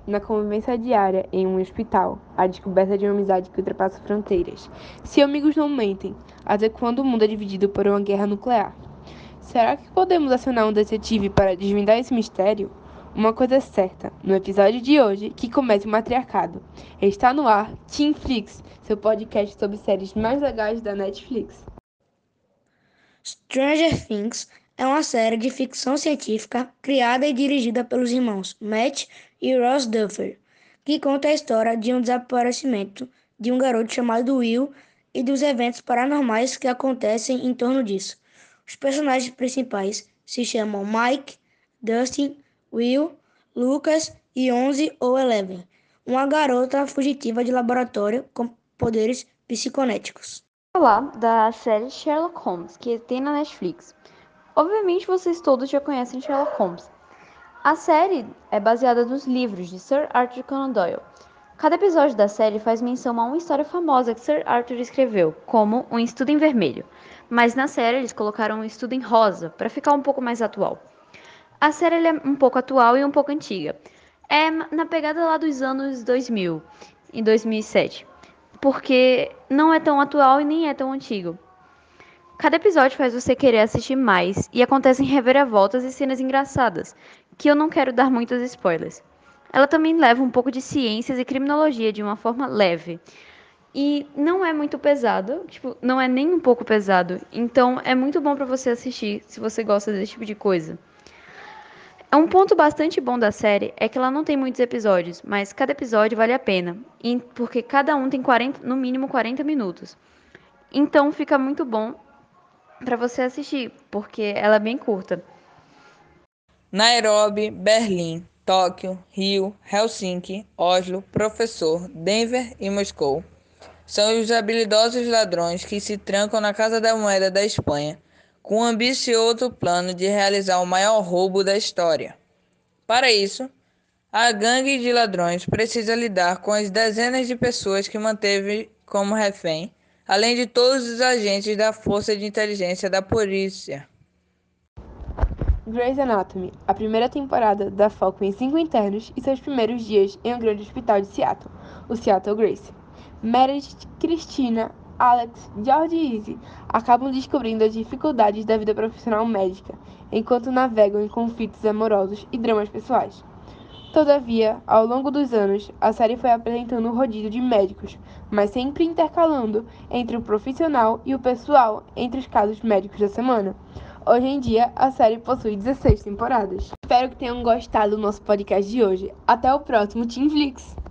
na convivência diária em um hospital, a descoberta de uma amizade que ultrapassa fronteiras. Se amigos não mentem, até quando o mundo é dividido por uma guerra nuclear? Será que podemos acionar um detetive para desvendar esse mistério? Uma coisa é certa, no episódio de hoje, que comece o matriarcado. Está no ar Teamflix, seu podcast sobre séries mais legais da Netflix. Stranger Things é uma série de ficção científica criada e dirigida pelos irmãos Matt e Ross Duffer, que conta a história de um desaparecimento de um garoto chamado Will e dos eventos paranormais que acontecem em torno disso. Os personagens principais se chamam Mike, Dustin, Will, Lucas e 11 ou Eleven, uma garota fugitiva de laboratório com poderes psiconéticos. Falar da série Sherlock Holmes, que tem na Netflix. Obviamente vocês todos já conhecem Sherlock Holmes. A série é baseada nos livros de Sir Arthur Conan Doyle. Cada episódio da série faz menção a uma história famosa que Sir Arthur escreveu, como Um Estudo em Vermelho. Mas na série eles colocaram Um Estudo em Rosa, para ficar um pouco mais atual. A série é um pouco atual e um pouco antiga. É na pegada lá dos anos 2000, em 2007. Porque não é tão atual e nem é tão antigo. Cada episódio faz você querer assistir mais e acontecem reviravoltas e cenas engraçadas, que eu não quero dar muitos spoilers. Ela também leva um pouco de ciências e criminologia de uma forma leve. E não é muito pesado, tipo, não é nem um pouco pesado. Então é muito bom pra você assistir se você gosta desse tipo de coisa. Um ponto bastante bom da série é que ela não tem muitos episódios, mas cada episódio vale a pena, porque cada um tem 40, no mínimo 40 minutos. Então fica muito bom para você assistir, porque ela é bem curta. Nairobi, Berlim, Tóquio, Rio, Helsinki, Oslo, Professor, Denver e Moscou são os habilidosos ladrões que se trancam na Casa da Moeda da Espanha com um ambicioso plano de realizar o maior roubo da história. Para isso, a gangue de ladrões precisa lidar com as dezenas de pessoas que manteve como refém, além de todos os agentes da Força de Inteligência da Polícia. Grey's Anatomy, a primeira temporada dá foco em 5 internos e seus primeiros dias em um grande hospital de Seattle, o Seattle Grace. Meredith, Christina, Alex, George e Izzy acabam descobrindo as dificuldades da vida profissional médica, enquanto navegam em conflitos amorosos e dramas pessoais. Todavia, ao longo dos anos, a série foi apresentando um rodízio de médicos, mas sempre intercalando entre o profissional e o pessoal entre os casos médicos da semana. Hoje em dia, a série possui 16 temporadas. Espero que tenham gostado do nosso podcast de hoje. Até o próximo Teamflix!